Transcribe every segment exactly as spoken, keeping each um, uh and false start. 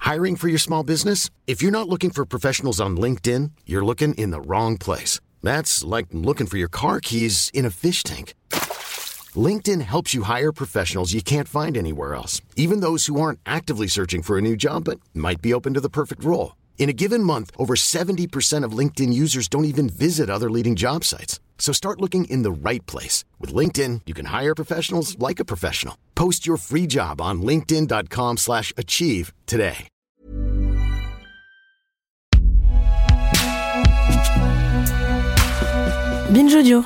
Hiring for your small business? If you're not looking for professionals on LinkedIn, you're looking in the wrong place. That's like looking for your car keys in a fish tank. LinkedIn helps you hire professionals you can't find anywhere else, even those who aren't actively searching for a new job but might be open to the perfect role. In a given month, over seventy percent of LinkedIn users don't even visit other leading job sites. So start looking in the right place. With LinkedIn, you can hire professionals like a professional. Post your free job on linkedin.com slash achieve today. Binge Audio.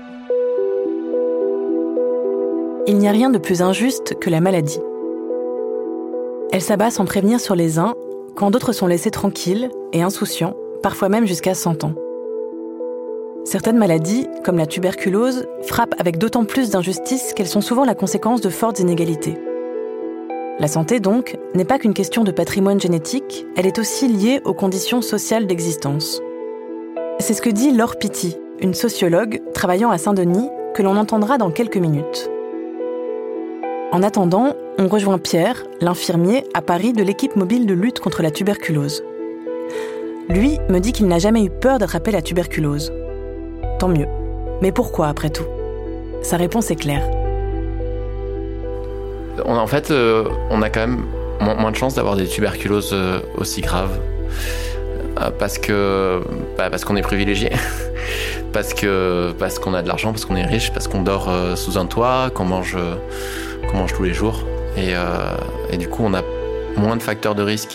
Il n'y a rien de plus injuste que la maladie. Elle s'abat sans prévenir sur les uns, quand d'autres sont laissés tranquilles et insouciants, parfois même jusqu'à cent ans. Certaines maladies, comme la tuberculose, frappent avec d'autant plus d'injustice qu'elles sont souvent la conséquence de fortes inégalités. La santé, donc, n'est pas qu'une question de patrimoine génétique, elle est aussi liée aux conditions sociales d'existence. C'est ce que dit Laure Pitty, une sociologue travaillant à Saint-Denis, que l'on entendra dans quelques minutes. En attendant, on rejoint Pierre, l'infirmier, à Paris de l'équipe mobile de lutte contre la tuberculose. Lui me dit qu'il n'a jamais eu peur d'attraper la tuberculose. Tant mieux. Mais pourquoi, après tout ? Sa réponse est claire. On a, en fait, euh, on a quand même moins, moins de chances d'avoir des tuberculoses euh, aussi graves. Euh, parce que, bah, parce qu'on est privilégié. parce que, parce qu'on a de l'argent, parce qu'on est riche, parce qu'on dort euh, sous un toit, qu'on mange... Euh, qu'on mange tous les jours et, euh, et du coup on a moins de facteurs de risque.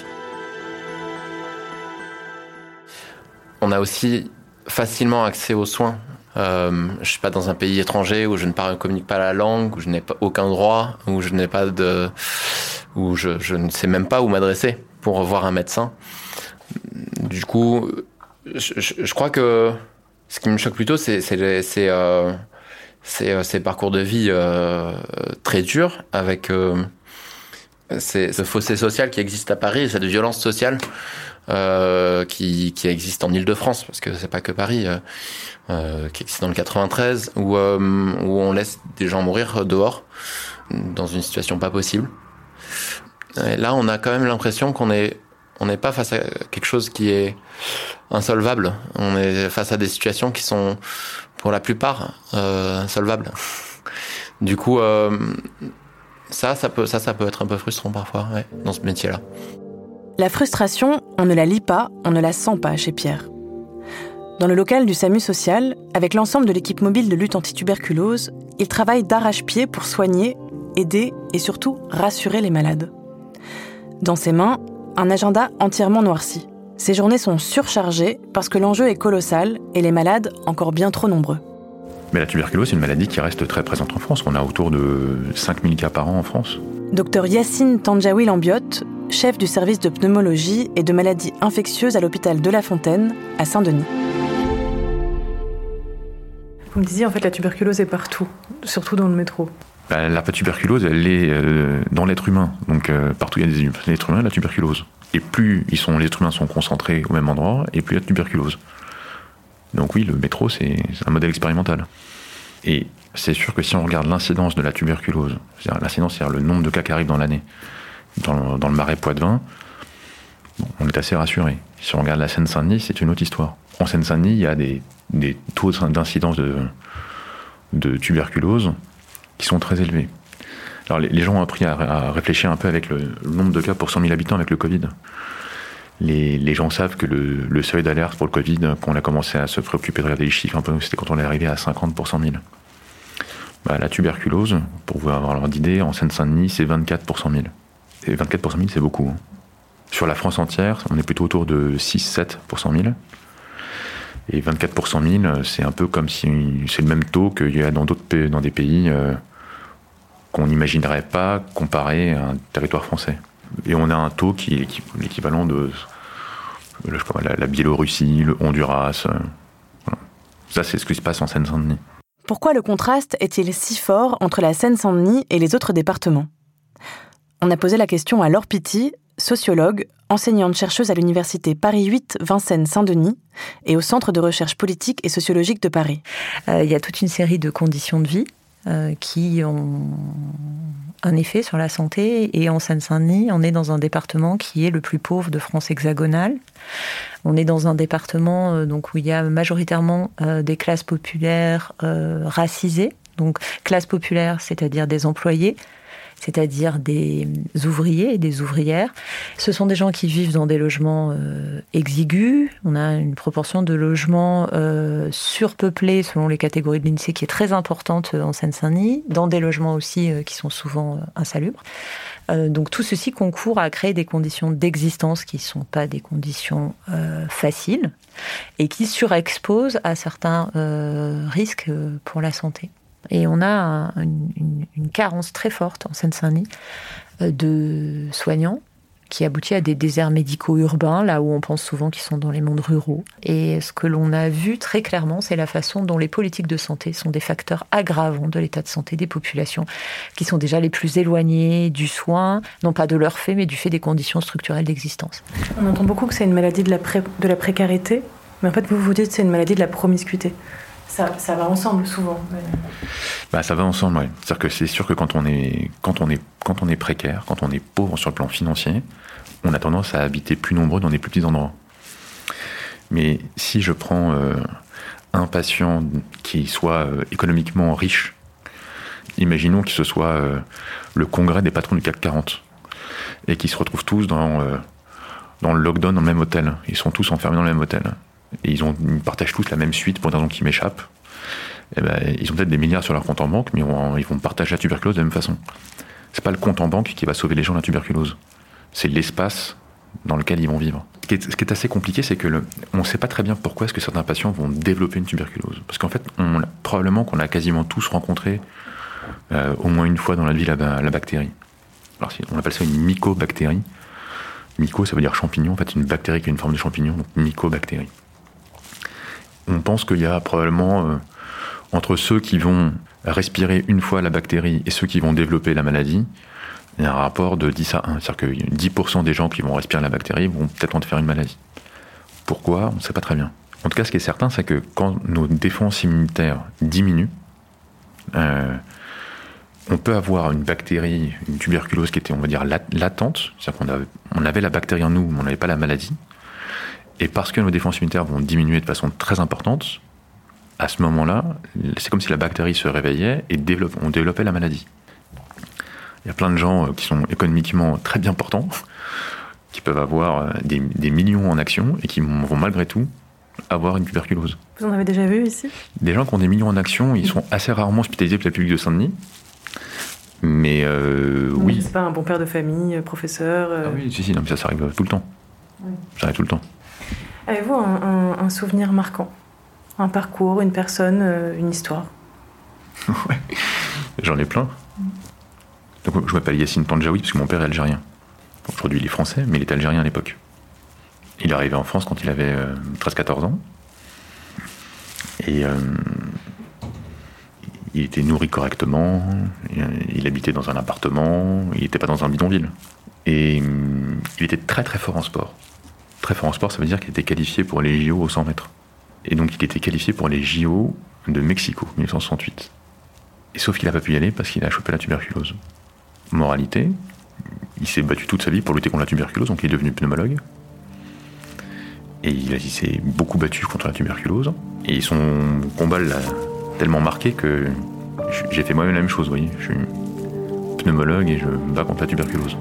On a aussi facilement accès aux soins. Euh, je suis pas dans un pays étranger où je ne parle, communique pas la langue, où je n'ai pas aucun droit, où je n'ai pas de, où je, je ne sais même pas où m'adresser pour voir un médecin. Du coup, je, je, je crois que ce qui me choque plutôt, c'est, c'est, c'est euh, C'est ces parcours de vie euh, très durs, avec euh, ces, ce fossé social qui existe à Paris, cette violence sociale euh, qui, qui existe en Île-de-France, parce que c'est pas que Paris, euh, euh, qui existe dans le quatre-vingt-treize, où, euh, où on laisse des gens mourir dehors, dans une situation pas possible. Et là, on a quand même l'impression qu'on est, on n'est pas face à quelque chose qui est insolvable. On est face à des situations qui sont pour la plupart euh, solvables. Du coup, euh, ça, ça peut, ça, ça peut être un peu frustrant parfois, ouais, dans ce métier-là. La frustration, on ne la lit pas, on ne la sent pas chez Pierre. Dans le local du SAMU social, avec l'ensemble de l'équipe mobile de lutte anti-tuberculose, il travaille d'arrache-pied pour soigner, aider et surtout rassurer les malades. Dans ses mains, un agenda entièrement noirci. Ces journées sont surchargées parce que l'enjeu est colossal et les malades encore bien trop nombreux. Mais la tuberculose, c'est une maladie qui reste très présente en France. On a autour de cinq mille cas par an en France. Docteur Yacine Tandjaoui Lambiotte, chef du service de pneumologie et de maladies infectieuses à l'hôpital de La Fontaine, à Saint-Denis. Vous me disiez, en fait, la tuberculose est partout, surtout dans le métro. Bah, la tuberculose, elle est euh, dans l'être humain. Donc, euh, partout où il y a des êtres humains, la tuberculose. Et plus ils sont, les êtres humains sont concentrés au même endroit, et plus il y a de tuberculose. Donc oui, le métro, c'est, c'est un modèle expérimental. Et c'est sûr que si on regarde l'incidence de la tuberculose, c'est-à-dire l'incidence, c'est-à-dire le nombre de cas qui arrivent dans l'année, dans le, dans le Marais Poitevin, bon, on est assez rassuré. Si on regarde la Seine-Saint-Denis, c'est une autre histoire. En Seine-Saint-Denis, il y a des, des taux d'incidence de, de tuberculose qui sont très élevés. Alors les, les gens ont appris à, à réfléchir un peu avec le, le nombre de cas pour cent mille habitants avec le Covid. Les, les gens savent que le, le seuil d'alerte pour le Covid, quand on a commencé à se préoccuper de regarder les chiffres un peu, c'était quand on est arrivé à cinquante pour cent mille. Bah, la tuberculose, pour vous avoir l'ordre d'idée, en Seine-Saint-Denis, c'est vingt-quatre pour cent mille. Et vingt-quatre pour cent mille, c'est beaucoup. Hein. Sur la France entière, on est plutôt autour de six à sept pour cent mille. Et vingt-quatre pour cent mille, c'est un peu comme si c'est le même taux qu'il y a dans d'autres pays, dans des pays euh, qu'on n'imaginerait pas comparé à un territoire français. Et on a un taux qui est l'équivalent de je crois, la, la Biélorussie, le Honduras. Euh, voilà. Ça, c'est ce qui se passe en Seine-Saint-Denis. Pourquoi le contraste est-il si fort entre la Seine-Saint-Denis et les autres départements ? On a posé la question à Laure Pitty, sociologue, enseignante-chercheuse à l'université Paris huit Vincennes-Saint-Denis et au Centre de recherche politique et sociologique de Paris. Euh, il y a toute une série de conditions de vie euh, qui ont un effet sur la santé. Et en Seine-Saint-Denis, on est dans un département qui est le plus pauvre de France hexagonale. On est dans un département euh, donc, où il y a majoritairement euh, des classes populaires euh, racisées. Donc, classe populaire, c'est-à-dire des employés, c'est-à-dire des ouvriers et des ouvrières. Ce sont des gens qui vivent dans des logements euh, exigus. On a une proportion de logements euh, surpeuplés, selon les catégories de l'INSEE, qui est très importante en Seine-Saint-Denis, dans des logements aussi euh, qui sont souvent euh, insalubres. Euh, donc tout ceci concourt à créer des conditions d'existence qui ne sont pas des conditions euh, faciles et qui surexposent à certains euh, risques pour la santé. Et on a un, une, une carence très forte en Seine-Saint-Denis de soignants qui aboutit à des déserts médicaux urbains, là où on pense souvent qu'ils sont dans les mondes ruraux. Et ce que l'on a vu très clairement, c'est la façon dont les politiques de santé sont des facteurs aggravants de l'état de santé des populations, qui sont déjà les plus éloignées du soin, non pas de leur fait, mais du fait des conditions structurelles d'existence. On entend beaucoup que c'est une maladie de la, pré- de la précarité, mais en fait, vous vous dites que c'est une maladie de la promiscuité. Ça, ça va ensemble souvent. Bah, ça va ensemble, oui. C'est-à-dire que c'est sûr que quand on est, quand on est, quand on est précaire, quand on est pauvre sur le plan financier, on a tendance à habiter plus nombreux dans des plus petits endroits. Mais si je prends euh, un patient qui soit euh, économiquement riche, imaginons que ce soit euh, le congrès des patrons du C A C quarante, et qu'ils se retrouvent tous dans, euh, dans le lockdown dans le même hôtel. Ils sont tous enfermés dans le même hôtel. Et ils, ont, ils partagent tous la même suite pour des raisons qui m'échappent. Et ben, ils ont peut-être des milliards sur leur compte en banque, mais ils vont, ils vont partager la tuberculose de la même façon. C'est pas le compte en banque qui va sauver les gens de la tuberculose. C'est l'espace dans lequel ils vont vivre. Ce qui est, ce qui est assez compliqué, c'est que le, on ne sait pas très bien pourquoi est-ce que certains patients vont développer une tuberculose. Parce qu'en fait, on, probablement qu'on a quasiment tous rencontré euh, au moins une fois dans la vie la, la bactérie. Alors, on appelle ça une mycobactérie. Myco, ça veut dire champignon. En fait, une bactérie qui a une forme de champignon, donc mycobactérie. On pense qu'il y a probablement, euh, entre ceux qui vont respirer une fois la bactérie et ceux qui vont développer la maladie, il y a un rapport de dix à un. C'est-à-dire que dix pour cent des gens qui vont respirer la bactérie vont peut-être en faire une maladie. Pourquoi ? On ne sait pas très bien. En tout cas, ce qui est certain, c'est que quand nos défenses immunitaires diminuent, euh, on peut avoir une bactérie, une tuberculose qui était, on va dire, latente. C'est-à-dire qu'on avait, on avait la bactérie en nous, mais on n'avait pas la maladie. Et parce que nos défenses immunitaires vont diminuer de façon très importante, à ce moment-là, c'est comme si la bactérie se réveillait et développe, on développait la maladie. Il y a plein de gens qui sont économiquement très bien portants, qui peuvent avoir des, des millions en actions et qui vont malgré tout avoir une tuberculose. Vous en avez déjà vu ici ? Des gens qui ont des millions en actions, ils sont assez rarement hospitalisés pour la publique de Saint-Denis. Mais euh, non, oui. C'est pas un bon père de famille, professeur. Euh... Ah oui, si, si, non, mais ça, ça arrive tout le temps. Oui. Ça arrive tout le temps. Avez-vous un, un, un souvenir marquant ? Un parcours, une personne, euh, une histoire ? Ouais, j'en ai plein. Donc, je m'appelle Yassine Tandjaoui parce que mon père est algérien. Aujourd'hui, il est français, mais il était algérien à l'époque. Il est arrivé en France quand il avait euh, treize à quatorze ans. Et euh, il était nourri correctement, il habitait dans un appartement, il n'était pas dans un bidonville. Et euh, il était très très fort en sport. Très fort en sport, ça veut dire qu'il était qualifié pour les J O au cent mètres. Et donc il était qualifié pour les J O de Mexico, dix-neuf cent soixante-huit. Et sauf qu'il n'a pas pu y aller parce qu'il a chopé la tuberculose. Moralité, il s'est battu toute sa vie pour lutter contre la tuberculose, donc il est devenu pneumologue. Et il, il s'est beaucoup battu contre la tuberculose. Et son combat l'a tellement marqué que j'ai fait moi-même la même chose, vous voyez. Je suis pneumologue et je me bats contre la tuberculose.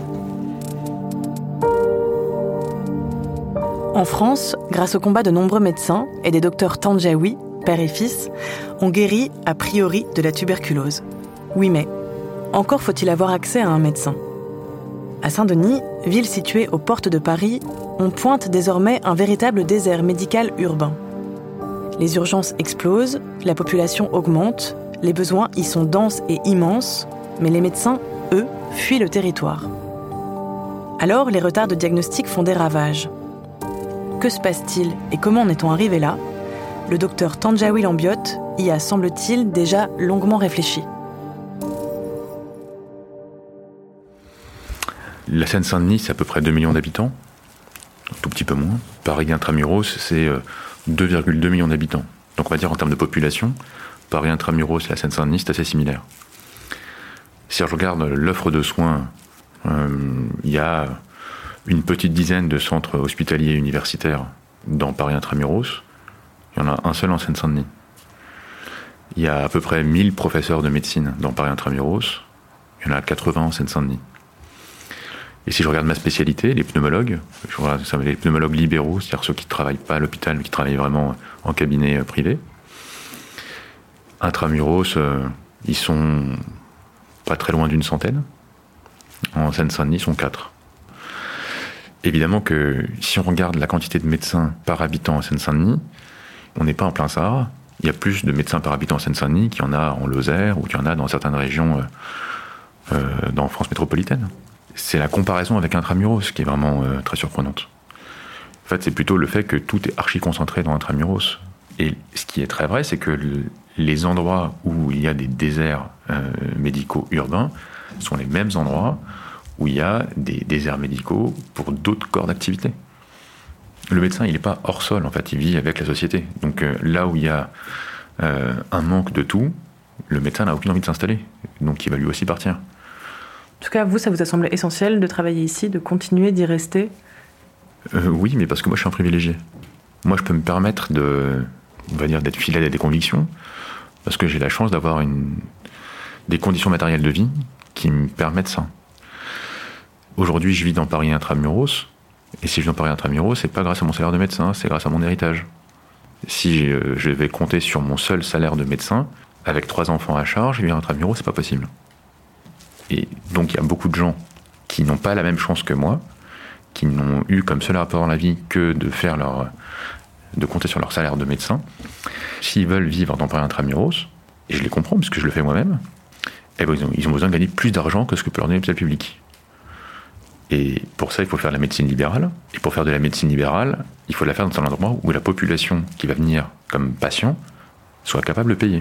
En France, grâce au combat de nombreux médecins et des docteurs Tandjaoui, père et fils, on guérit a priori de la tuberculose. Oui, mais encore faut-il avoir accès à un médecin. À Saint-Denis, ville située aux portes de Paris, on pointe désormais un véritable désert médical urbain. Les urgences explosent, la population augmente, les besoins y sont denses et immenses, mais les médecins, eux, fuient le territoire. Alors, les retards de diagnostic font des ravages. Que se passe-t-il et comment en est-on arrivé là ? Le docteur Tandjaoui Lambiotte y a, semble-t-il, déjà longuement réfléchi. La Seine-Saint-Denis, c'est à peu près deux millions d'habitants, un tout petit peu moins. Paris intramuros, c'est deux virgule deux millions d'habitants. Donc on va dire en termes de population, Paris intramuros et la Seine-Saint-Denis, c'est assez similaire. Si je regarde l'offre de soins, euh, il y a une petite dizaine de centres hospitaliers et universitaires dans Paris Intramuros. Il y en a un seul en Seine-Saint-Denis. Il y a à peu près mille professeurs de médecine dans Paris Intramuros. Il y en a quatre-vingts en Seine-Saint-Denis. Et si je regarde ma spécialité, les pneumologues, je regarde ça, les pneumologues libéraux, c'est-à-dire ceux qui ne travaillent pas à l'hôpital, mais qui travaillent vraiment en cabinet privé, Intramuros, euh, ils sont pas très loin d'une centaine. En Seine-Saint-Denis, ils sont quatre. Évidemment que si on regarde la quantité de médecins par habitant en Seine-Saint-Denis, on n'est pas en plein Sahara. Il y a plus de médecins par habitant en Seine-Saint-Denis qu'il y en a en Lozère ou qu'il y en a dans certaines régions euh, euh, dans France métropolitaine. C'est la comparaison avec Intramuros qui est vraiment euh, très surprenante. En fait, c'est plutôt le fait que tout est archi-concentré dans Intramuros. Et ce qui est très vrai, c'est que le, les endroits où il y a des déserts euh, médicaux urbains sont les mêmes endroits où il y a des déserts médicaux pour d'autres corps d'activité. Le médecin, il n'est pas hors sol, en fait, il vit avec la société. Donc euh, là où il y a euh, un manque de tout, le médecin n'a aucune envie de s'installer. Donc il va lui aussi partir. En tout cas, vous, ça vous a semblé essentiel de travailler ici, de continuer d'y rester ? euh, Oui, mais parce que moi, je suis un privilégié. Moi, je peux me permettre de, on va dire, d'être fidèle à des convictions, parce que j'ai la chance d'avoir une, des conditions matérielles de vie qui me permettent ça. Aujourd'hui, je vis dans Paris Intramuros, et si je vis dans Paris Intramuros, c'est pas grâce à mon salaire de médecin, c'est grâce à mon héritage. Si je, je vais compter sur mon seul salaire de médecin, avec trois enfants à charge, vivre à Intramuros, c'est pas possible. Et donc, il y a beaucoup de gens qui n'ont pas la même chance que moi, qui n'ont eu comme seul rapport dans la vie que de faire leur, de compter sur leur salaire de médecin. S'ils veulent vivre dans Paris Intramuros, et je les comprends parce que je le fais moi-même, eh ben ils, ont, ils ont besoin de gagner plus d'argent que ce que peut leur donner l'hôpital public. Et pour ça, il faut faire de la médecine libérale. Et pour faire de la médecine libérale, il faut la faire dans un endroit où la population qui va venir comme patient soit capable de payer.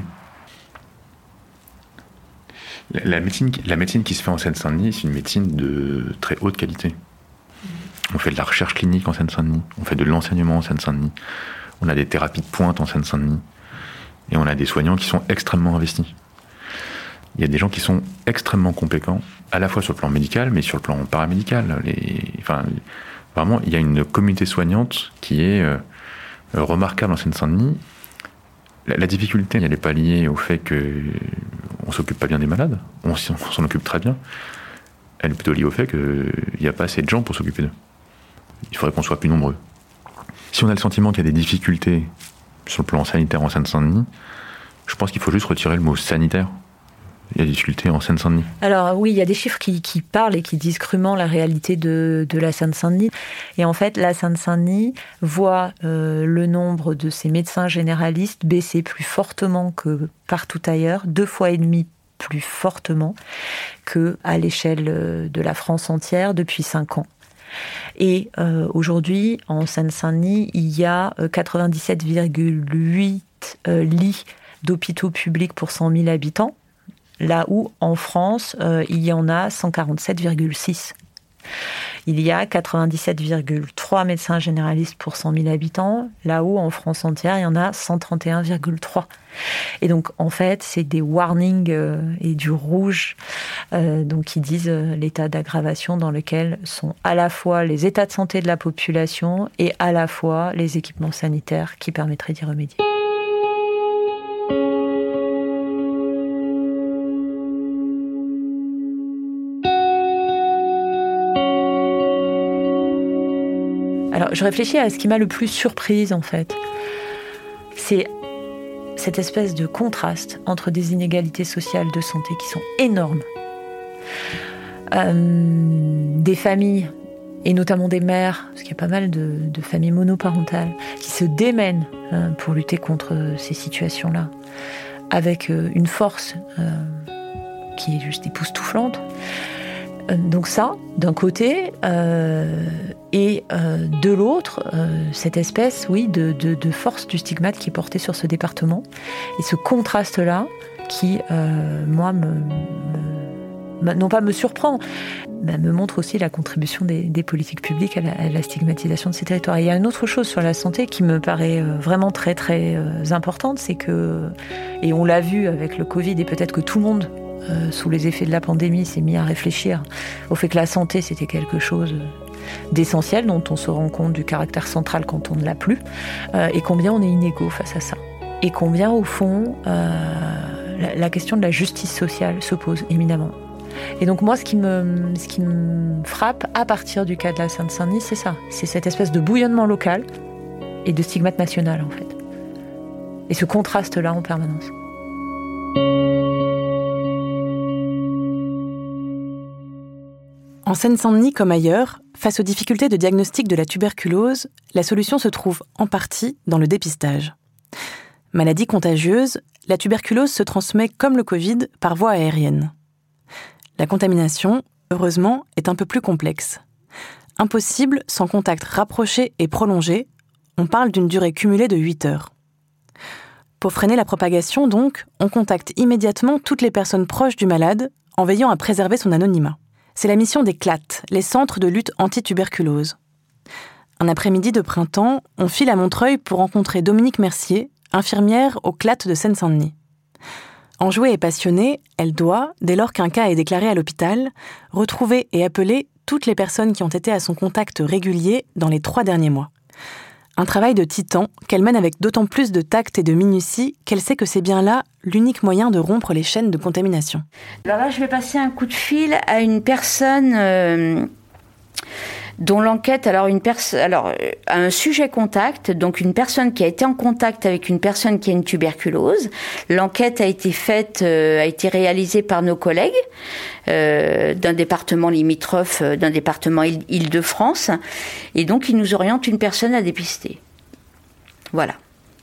La, la, médecine, la médecine qui se fait en Seine-Saint-Denis, c'est une médecine de très haute qualité. On fait de la recherche clinique en Seine-Saint-Denis, on fait de l'enseignement en Seine-Saint-Denis, on a des thérapies de pointe en Seine-Saint-Denis, et on a des soignants qui sont extrêmement investis. Il y a des gens qui sont extrêmement compétents, à la fois sur le plan médical, mais sur le plan paramédical. Les, enfin, vraiment, il y a une communauté soignante qui est euh, remarquable en Seine-Saint-Denis. La, la difficulté, elle n'est pas liée au fait qu'on ne s'occupe pas bien des malades, on, on s'en occupe très bien. Elle est plutôt liée au fait qu'il n'y a pas assez de gens pour s'occuper d'eux. Il faudrait qu'on soit plus nombreux. Si on a le sentiment qu'il y a des difficultés sur le plan sanitaire en Seine-Saint-Denis, je pense qu'il faut juste retirer le mot sanitaire. Il y a des difficultés en Seine-Saint-Denis. Alors oui, il y a des chiffres qui, qui parlent et qui disent crûment la réalité de, de la Seine-Saint-Denis. Et en fait, la Seine-Saint-Denis voit euh, le nombre de ses médecins généralistes baisser plus fortement que partout ailleurs, deux fois et demi plus fortement qu'à l'échelle de la France entière depuis cinq ans. Et euh, aujourd'hui, en Seine-Saint-Denis, il y a quatre-vingt-dix-sept virgule huit euh, lits d'hôpitaux publics pour cent mille habitants, là où, en France, euh, il y en a cent quarante-sept virgule six. Il y a quatre-vingt-dix-sept virgule trois médecins généralistes pour cent mille habitants, là où, en France entière, il y en a cent trente et un virgule trois. Et donc, en fait, c'est des warnings euh, et du rouge euh, donc, qui disent euh, l'état d'aggravation dans lequel sont à la fois les états de santé de la population et à la fois les équipements sanitaires qui permettraient d'y remédier. Alors, je réfléchis à ce qui m'a le plus surprise, en fait. C'est cette espèce de contraste entre des inégalités sociales de santé qui sont énormes. Euh, des familles, et notamment des mères, parce qu'il y a pas mal de, de familles monoparentales, qui se démènent euh, pour lutter contre ces situations-là, avec euh, une force euh, qui est juste époustouflante. Donc ça, d'un côté, euh, et euh, de l'autre, euh, cette espèce, oui, de, de, de force du stigmate qui est porté sur ce département, et ce contraste-là, qui, euh, moi, me, me, non pas me surprend, mais me montre aussi la contribution des, des politiques publiques à la, à la stigmatisation de ces territoires. Et il y a une autre chose sur la santé qui me paraît vraiment très, très importante, c'est que, et on l'a vu avec le Covid, et peut-être que tout le monde euh, sous les effets de la pandémie, s'est mis à réfléchir au fait que la santé, c'était quelque chose d'essentiel, dont on se rend compte du caractère central quand on ne l'a plus, euh, et combien on est inégaux face à ça. Et combien, au fond, euh, la, la question de la justice sociale se pose éminemment. Et donc moi, ce qui me, ce qui me frappe à partir du cas de la Seine-Saint-Denis, c'est ça. C'est cette espèce de bouillonnement local et de stigmate national, en fait. Et ce contraste-là en permanence. En Seine-Saint-Denis comme ailleurs, face aux difficultés de diagnostic de la tuberculose, la solution se trouve en partie dans le dépistage. Maladie contagieuse, la tuberculose se transmet comme le Covid par voie aérienne. La contamination, heureusement, est un peu plus complexe. Impossible sans contact rapproché et prolongé, on parle d'une durée cumulée de huit heures. Pour freiner la propagation, donc, on contacte immédiatement toutes les personnes proches du malade en veillant à préserver son anonymat. C'est la mission des C L A T, les centres de lutte anti-tuberculose. Un après-midi de printemps, on file à Montreuil pour rencontrer Dominique Mercier, infirmière au C L A T de Seine-Saint-Denis. Enjouée et passionnée, elle doit, dès lors qu'un cas est déclaré à l'hôpital, retrouver et appeler toutes les personnes qui ont été à son contact régulier dans les trois derniers mois. Un travail de titan qu'elle mène avec d'autant plus de tact et de minutie qu'elle sait que c'est bien là l'unique moyen de rompre les chaînes de contamination. Alors là, je vais passer un coup de fil à une personne euh, dont l'enquête, alors, une pers- alors à un sujet contact, donc une personne qui a été en contact avec une personne qui a une tuberculose. L'enquête a été faite, euh, a été réalisée par nos collègues euh, d'un département limitrophe, euh, d'un département Île-de-France, et donc ils nous orientent une personne à dépister. Voilà.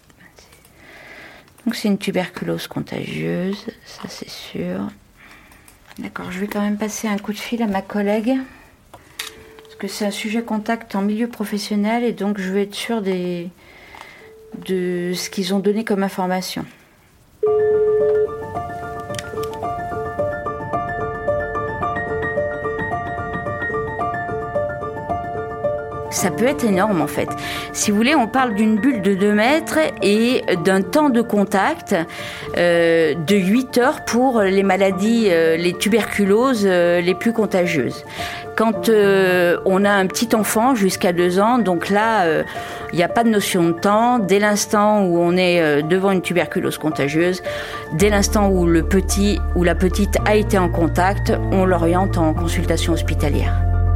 Donc c'est une tuberculose contagieuse, ça c'est sûr. D'accord, je vais quand même passer un coup de fil à ma collègue. Que c'est un sujet contact en milieu professionnel et donc je vais être sûre des, de ce qu'ils ont donné comme information. Ça peut être énorme en fait. Si vous voulez, on parle d'une bulle de deux mètres et d'un temps de contact euh, de huit heures pour les maladies, euh, les tuberculoses euh, les plus contagieuses. Quand euh, on a un petit enfant jusqu'à deux ans, donc là, il euh, n'y a pas de notion de temps. Dès l'instant où on est euh, devant une tuberculose contagieuse, dès l'instant où le petit ou la petite a été en contact, on l'oriente en consultation hospitalière.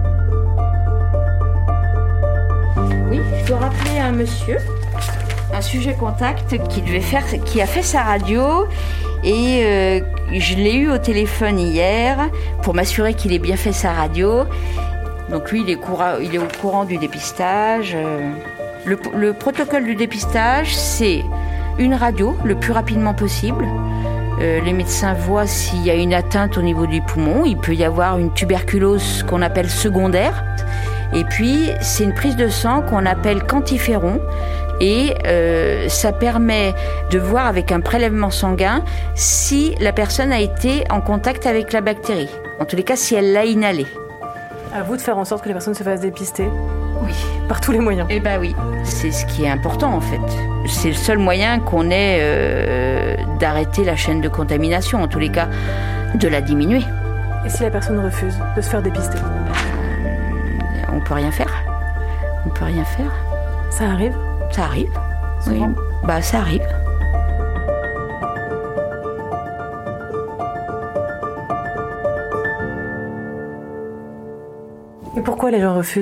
Oui, je dois rappeler un monsieur, un sujet contact qui devait faire, qui a fait sa radio et euh, je l'ai eu au téléphone hier pour m'assurer qu'il ait bien fait sa radio. Donc lui, il est, coura, il est au courant du dépistage. Le, le protocole du dépistage, c'est une radio le plus rapidement possible. Euh, les médecins voient s'il y a une atteinte au niveau du poumon. Il peut y avoir une tuberculose qu'on appelle secondaire. Et puis, c'est une prise de sang qu'on appelle quantiféron. Et euh, ça permet de voir avec un prélèvement sanguin si la personne a été en contact avec la bactérie. En tous les cas, si elle l'a inhalée. À vous de faire en sorte que les personnes se fassent dépister. Oui. Par tous les moyens. Eh ben oui, c'est ce qui est important en fait. C'est le seul moyen qu'on ait euh, d'arrêter la chaîne de contamination, en tous les cas, de la diminuer. Et si la personne refuse de se faire dépister ? On peut rien faire. On peut rien faire. Ça arrive ? Ça arrive. Souvent. Oui. Bah ça arrive. Et pourquoi les gens refusent ?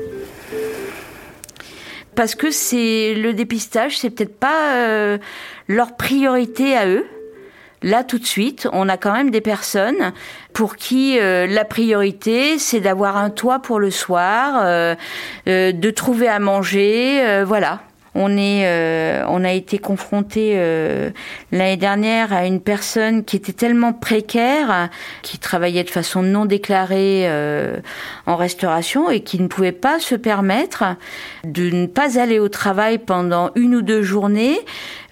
Parce que c'est le dépistage, c'est peut-être pas euh, leur priorité à eux. Là, tout de suite, on a quand même des personnes pour qui euh, la priorité, c'est d'avoir un toit pour le soir, euh, euh, de trouver à manger, euh, voilà. On est, euh, on a été confronté euh, l'année dernière à une personne qui était tellement précaire, qui travaillait de façon non déclarée euh, en restauration et qui ne pouvait pas se permettre de ne pas aller au travail pendant une ou deux journées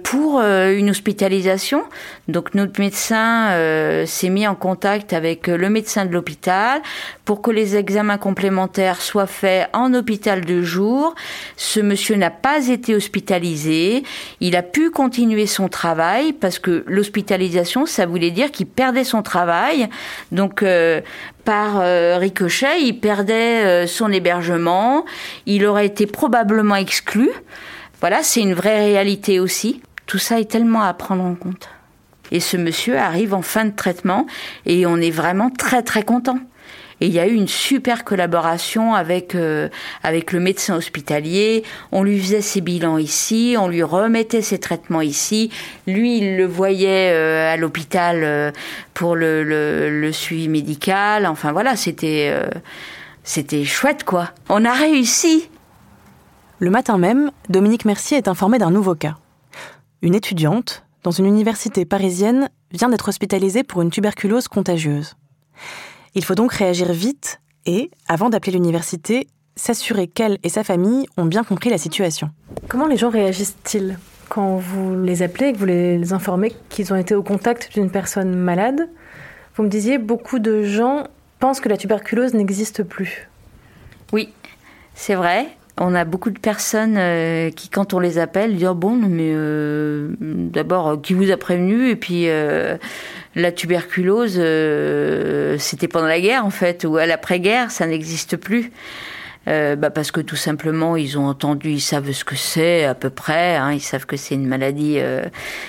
pour euh, une hospitalisation. Donc notre médecin euh, s'est mis en contact avec le médecin de l'hôpital pour que les examens complémentaires soient faits en hôpital de jour. Ce monsieur n'a pas été hospitalisé. Il a pu continuer son travail parce que l'hospitalisation, ça voulait dire qu'il perdait son travail. Donc euh, par euh, ricochet, il perdait euh, son hébergement. Il aurait été probablement exclu. Voilà, c'est une vraie réalité aussi. Tout ça est tellement à prendre en compte. Et ce monsieur arrive en fin de traitement et on est vraiment très très content. Et il y a eu une super collaboration avec euh, avec le médecin hospitalier. On lui faisait ses bilans ici, on lui remettait ses traitements ici. Lui, il le voyait euh, à l'hôpital euh, pour le, le, le suivi médical. Enfin voilà, c'était euh, c'était chouette quoi. On a réussi. Le matin même, Dominique Mercier est informée d'un nouveau cas. Une étudiante, dans une université parisienne, vient d'être hospitalisée pour une tuberculose contagieuse. Il faut donc réagir vite et, avant d'appeler l'université, s'assurer qu'elle et sa famille ont bien compris la situation. Comment les gens réagissent-ils quand vous les appelez et que vous les informez qu'ils ont été au contact d'une personne malade? Vous me disiez, beaucoup de gens pensent que la tuberculose n'existe plus. Oui, c'est vrai. On a beaucoup de personnes euh, qui, quand on les appelle, disent oh, « bon, mais euh, d'abord, qui vous a prévenu ?» Et puis, euh, la tuberculose, euh, c'était pendant la guerre, en fait, ou à l'après-guerre, ça n'existe plus. Euh, bah parce que tout simplement, ils ont entendu, ils savent ce que c'est à peu près, hein, ils savent que c'est une maladie euh,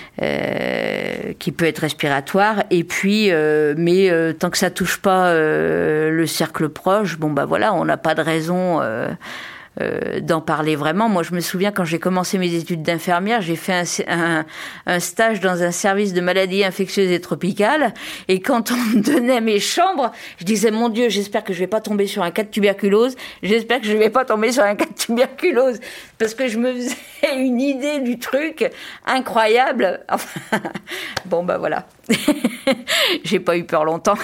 euh, qui peut être respiratoire. Et puis, euh, mais euh, tant que ça touche pas euh, le cercle proche, bon bah voilà, on n'a pas de raison... Euh, Euh, d'en parler vraiment. Moi, je me souviens quand j'ai commencé mes études d'infirmière, j'ai fait un, un, un stage dans un service de maladies infectieuses et tropicales. Et quand on me donnait mes chambres, je disais, mon Dieu, j'espère que je vais pas tomber sur un cas de tuberculose. J'espère que je vais pas tomber sur un cas de tuberculose. Parce que je me faisais une idée du truc incroyable. Enfin, bon, bah voilà. J'ai pas eu peur longtemps.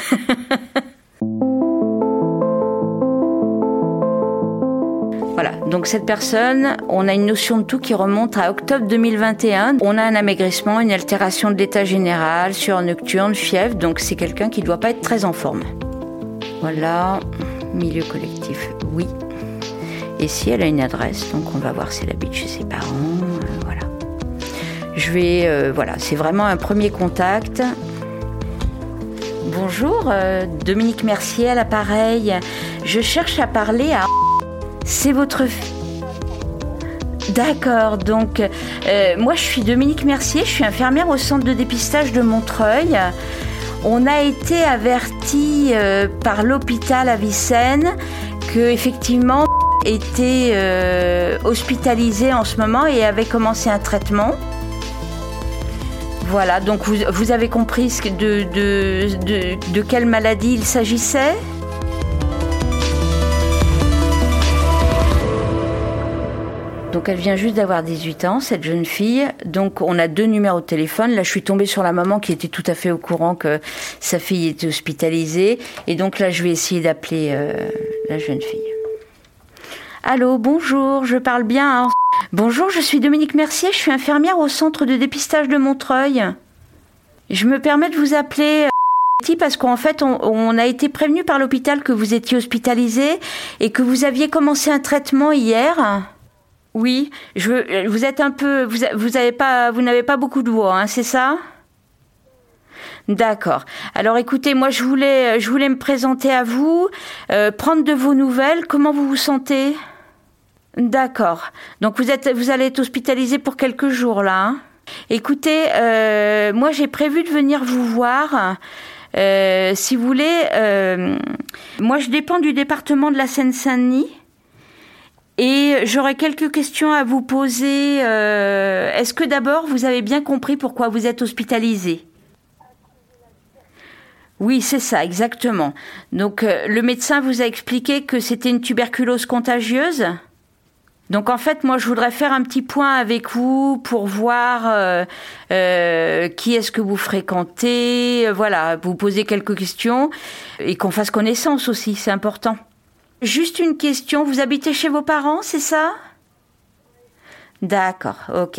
Voilà, donc cette personne, on a une notion de tout qui remonte à octobre deux mille vingt et un. On a un amaigrissement, une altération de l'état général, sueur nocturne, fièvre, donc c'est quelqu'un qui ne doit pas être très en forme. Voilà, milieu collectif, oui. Et si elle a une adresse, donc on va voir si elle habite chez ses parents, euh, voilà. Je vais, euh, voilà, c'est vraiment un premier contact. Bonjour, euh, Dominique Mercier à l'appareil. Je cherche à parler à... C'est votre... D'accord, donc euh, moi je suis Dominique Mercier, je suis infirmière au centre de dépistage de Montreuil. On a été avertis euh, par l'hôpital à Vicenne que effectivement était euh, hospitalisé en ce moment et avait commencé un traitement. Voilà, donc vous, vous avez compris de, de, de, de quelle maladie il s'agissait ? Donc elle vient juste d'avoir dix-huit ans, cette jeune fille. Donc on a deux numéros de téléphone. Là, je suis tombée sur la maman qui était tout à fait au courant que sa fille était hospitalisée. Et donc là, je vais essayer d'appeler euh, la jeune fille. Allô, bonjour, je parle bien. Hein. Bonjour, je suis Dominique Mercier, je suis infirmière au centre de dépistage de Montreuil. Je me permets de vous appeler... parce qu'en fait, on, on a été prévenu par l'hôpital que vous étiez hospitalisé et que vous aviez commencé un traitement hier. Oui, je, vous êtes un peu, vous, vous avez pas, vous n'avez pas beaucoup de voix, hein, c'est ça ? D'accord. Alors, écoutez, moi, je voulais, je voulais me présenter à vous, euh, prendre de vos nouvelles. Comment vous vous sentez ? D'accord. Donc, vous êtes, vous allez être hospitalisé pour quelques jours là. Hein ? Écoutez, euh, moi, j'ai prévu de venir vous voir. Euh, si vous voulez, euh, moi, je dépends du département de la Seine-Saint-Denis. Et j'aurais quelques questions à vous poser. Euh, est-ce que d'abord, vous avez bien compris pourquoi vous êtes hospitalisé ? Oui, c'est ça, exactement. Donc, euh, le médecin vous a expliqué que c'était une tuberculose contagieuse ? Donc, en fait, moi, je voudrais faire un petit point avec vous pour voir euh, euh, qui est-ce que vous fréquentez. Euh, voilà, vous poser quelques questions et qu'on fasse connaissance aussi, c'est important. Juste une question, vous habitez chez vos parents, c'est ça ?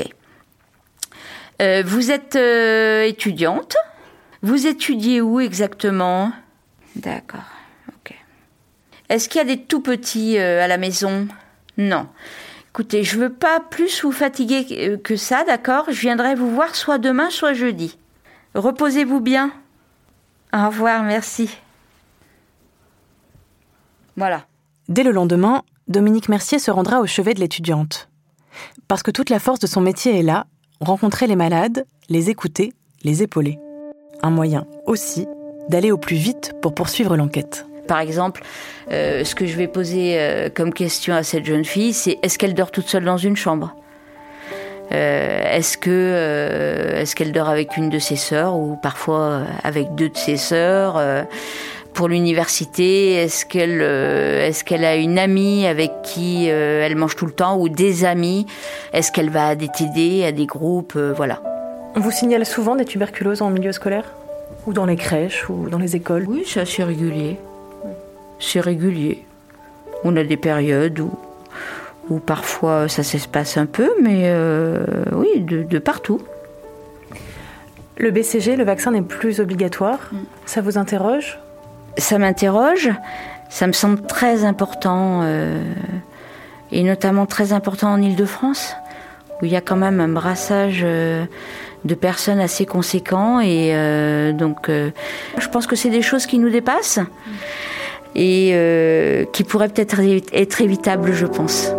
D'accord, ok. Euh, vous êtes euh, étudiante ? Vous étudiez où exactement ? D'accord, ok. Est-ce qu'il y a des tout petits euh, à la maison ? Non. Écoutez, je veux pas plus vous fatiguer que ça, d'accord ? Je viendrai vous voir soit demain, soit jeudi. Reposez-vous bien. Au revoir, merci. Voilà. Dès le lendemain, Dominique Mercier se rendra au chevet de l'étudiante. Parce que toute la force de son métier est là, rencontrer les malades, les écouter, les épauler. Un moyen aussi d'aller au plus vite pour poursuivre l'enquête. Par exemple, euh, ce que je vais poser euh, comme question à cette jeune fille, c'est est-ce qu'elle dort toute seule dans une chambre ? euh, Est-ce que euh, est-ce qu'elle dort avec une de ses sœurs ou parfois avec deux de ses sœurs ? euh, Pour l'université, est-ce qu'elle euh, est-ce qu'elle a une amie avec qui euh, elle mange tout le temps ou des amis ? Est-ce qu'elle va à des T D, à des groupes euh, Voilà. On vous signale souvent des tuberculoses en milieu scolaire ? Ou dans les crèches, ou dans les écoles ? Oui, c'est assez régulier. C'est régulier. On a des périodes où, où parfois ça s'espace un peu, mais euh, oui, de, de partout. Le B C G, le vaccin n'est plus obligatoire. Mm. Ça vous interroge ? Ça m'interroge. Ça me semble très important, euh, et notamment très important en Île-de-France, où il y a quand même un brassage euh, de personnes assez conséquent. Et euh, donc, euh, je pense que c'est des choses qui nous dépassent. Mm. Et euh, qui pourrait peut-être être évitable, je pense.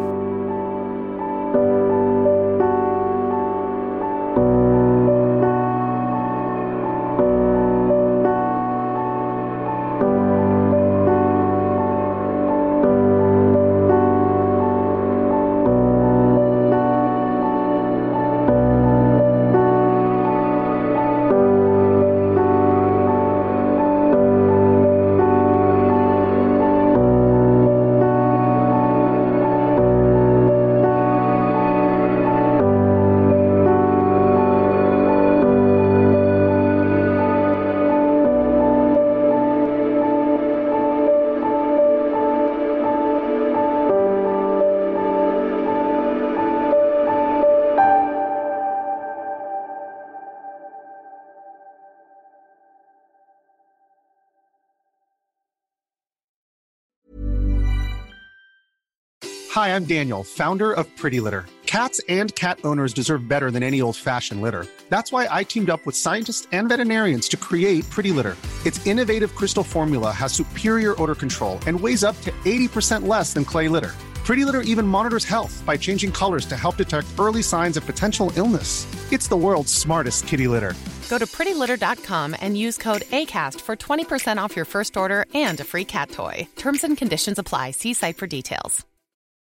Hi, I'm Daniel, founder of Pretty Litter. Cats and cat owners deserve better than any old-fashioned litter. That's why I teamed up with scientists and veterinarians to create Pretty Litter. Its innovative crystal formula has superior odor control and weighs up to eighty percent less than clay litter. Pretty Litter even monitors health by changing colors to help detect early signs of potential illness. It's the world's smartest kitty litter. Go to pretty litter dot com and use code ACAST for twenty percent off your first order and a free cat toy. Terms and conditions apply. See site for details.